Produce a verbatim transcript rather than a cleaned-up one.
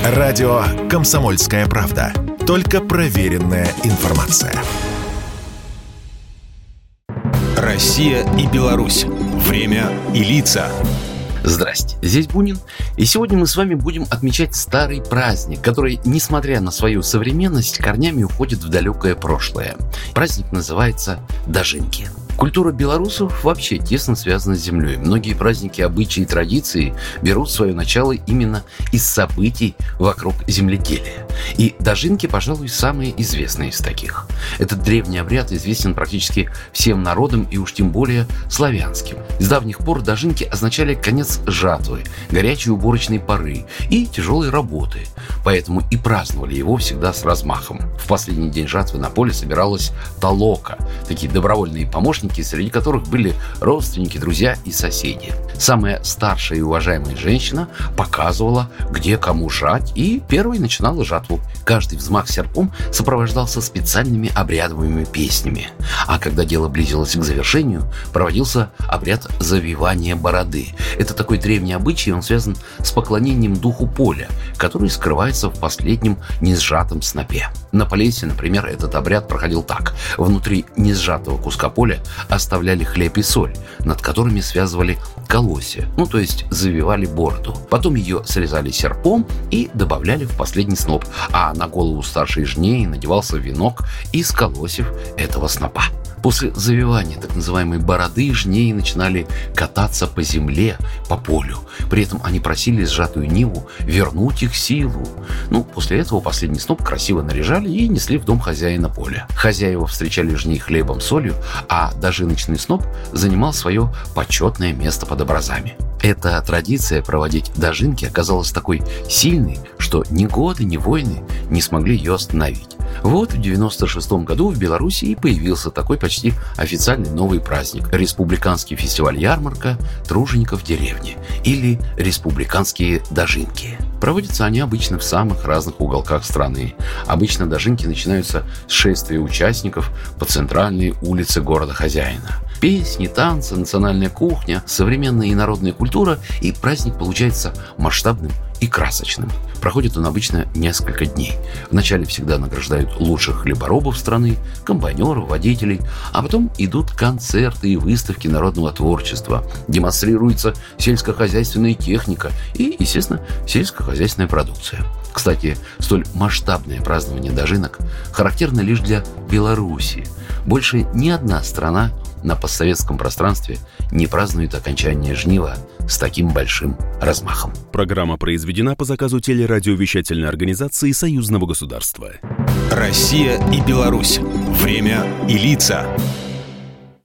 Радио «Комсомольская правда». Только проверенная информация. Россия и Беларусь. Время и лица. Здрасте, здесь Бунин, и сегодня мы с вами будем отмечать старый праздник, который, несмотря на свою современность, корнями уходит в далекое прошлое. Праздник называется Дожинки. Культура белорусов вообще тесно связана с землей. Многие праздники, обычаи и традиции берут свое начало именно из событий вокруг земледелия. И Дожинки, пожалуй, самые известные из таких. Этот древний обряд известен практически всем народам и уж тем более славянским. С давних пор Дожинки означали конец жатвы, горячей уборочной поры и тяжелой работы. Поэтому и праздновали его всегда с размахом. В последний день жатвы на поле собиралась толока, такие добровольные помощники, среди которых были родственники, друзья и соседи. Самая старшая и уважаемая женщина показывала, где кому жать, и первой начинала жатву. Каждый взмах серпом сопровождался специальными обрядовыми песнями. А когда дело близилось к завершению, проводился обряд завивания бороды. Это такой древний обычай, он связан с поклонением духу поля, который скрывается в последнем несжатом снопе. На Полесье, например, этот обряд проходил так. Внутри несжатого куска поля оставляли хлеб и соль, над которыми связывали колосья, ну то есть завивали бороду. Потом ее срезали серпом и добавляли в последний сноп, а на голову старшей жнеи надевался венок из колосьев этого снопа. После завивания так называемой бороды жнеи начинали кататься по земле, по полю. При этом они просили сжатую ниву вернуть их силу. Ну, после этого последний сноп красиво наряжали и несли в дом хозяина поля. Хозяева встречали жней хлебом, солью, а дожиночный сноп занимал свое почетное место под образами. Эта традиция проводить дожинки оказалась такой сильной, что ни годы, ни войны не смогли ее остановить. Вот в девяносто шестом году в Беларуси и появился такой почти официальный новый праздник – Республиканский фестиваль ярмарка тружеников деревни или Республиканские дожинки. Проводятся они обычно в самых разных уголках страны. Обычно дожинки начинаются с шествия участников по центральной улице города-хозяина. Песни, танцы, национальная кухня, современная и народная культура, и праздник получается масштабным и красочным. Проходит он обычно несколько дней. Вначале всегда награждают лучших хлеборобов страны, комбайнеров, водителей, а потом идут концерты и выставки народного творчества, демонстрируется сельскохозяйственная техника и, естественно, сельскохозяйственная продукция. Кстати, столь масштабное празднование дожинок характерно лишь для Беларуси. Больше ни одна страна на постсоветском пространстве не празднует окончание жнива с таким большим размахом. Программа произведена по заказу телерадиовещательной организации Союзного государства. Россия и Беларусь. Время и лица.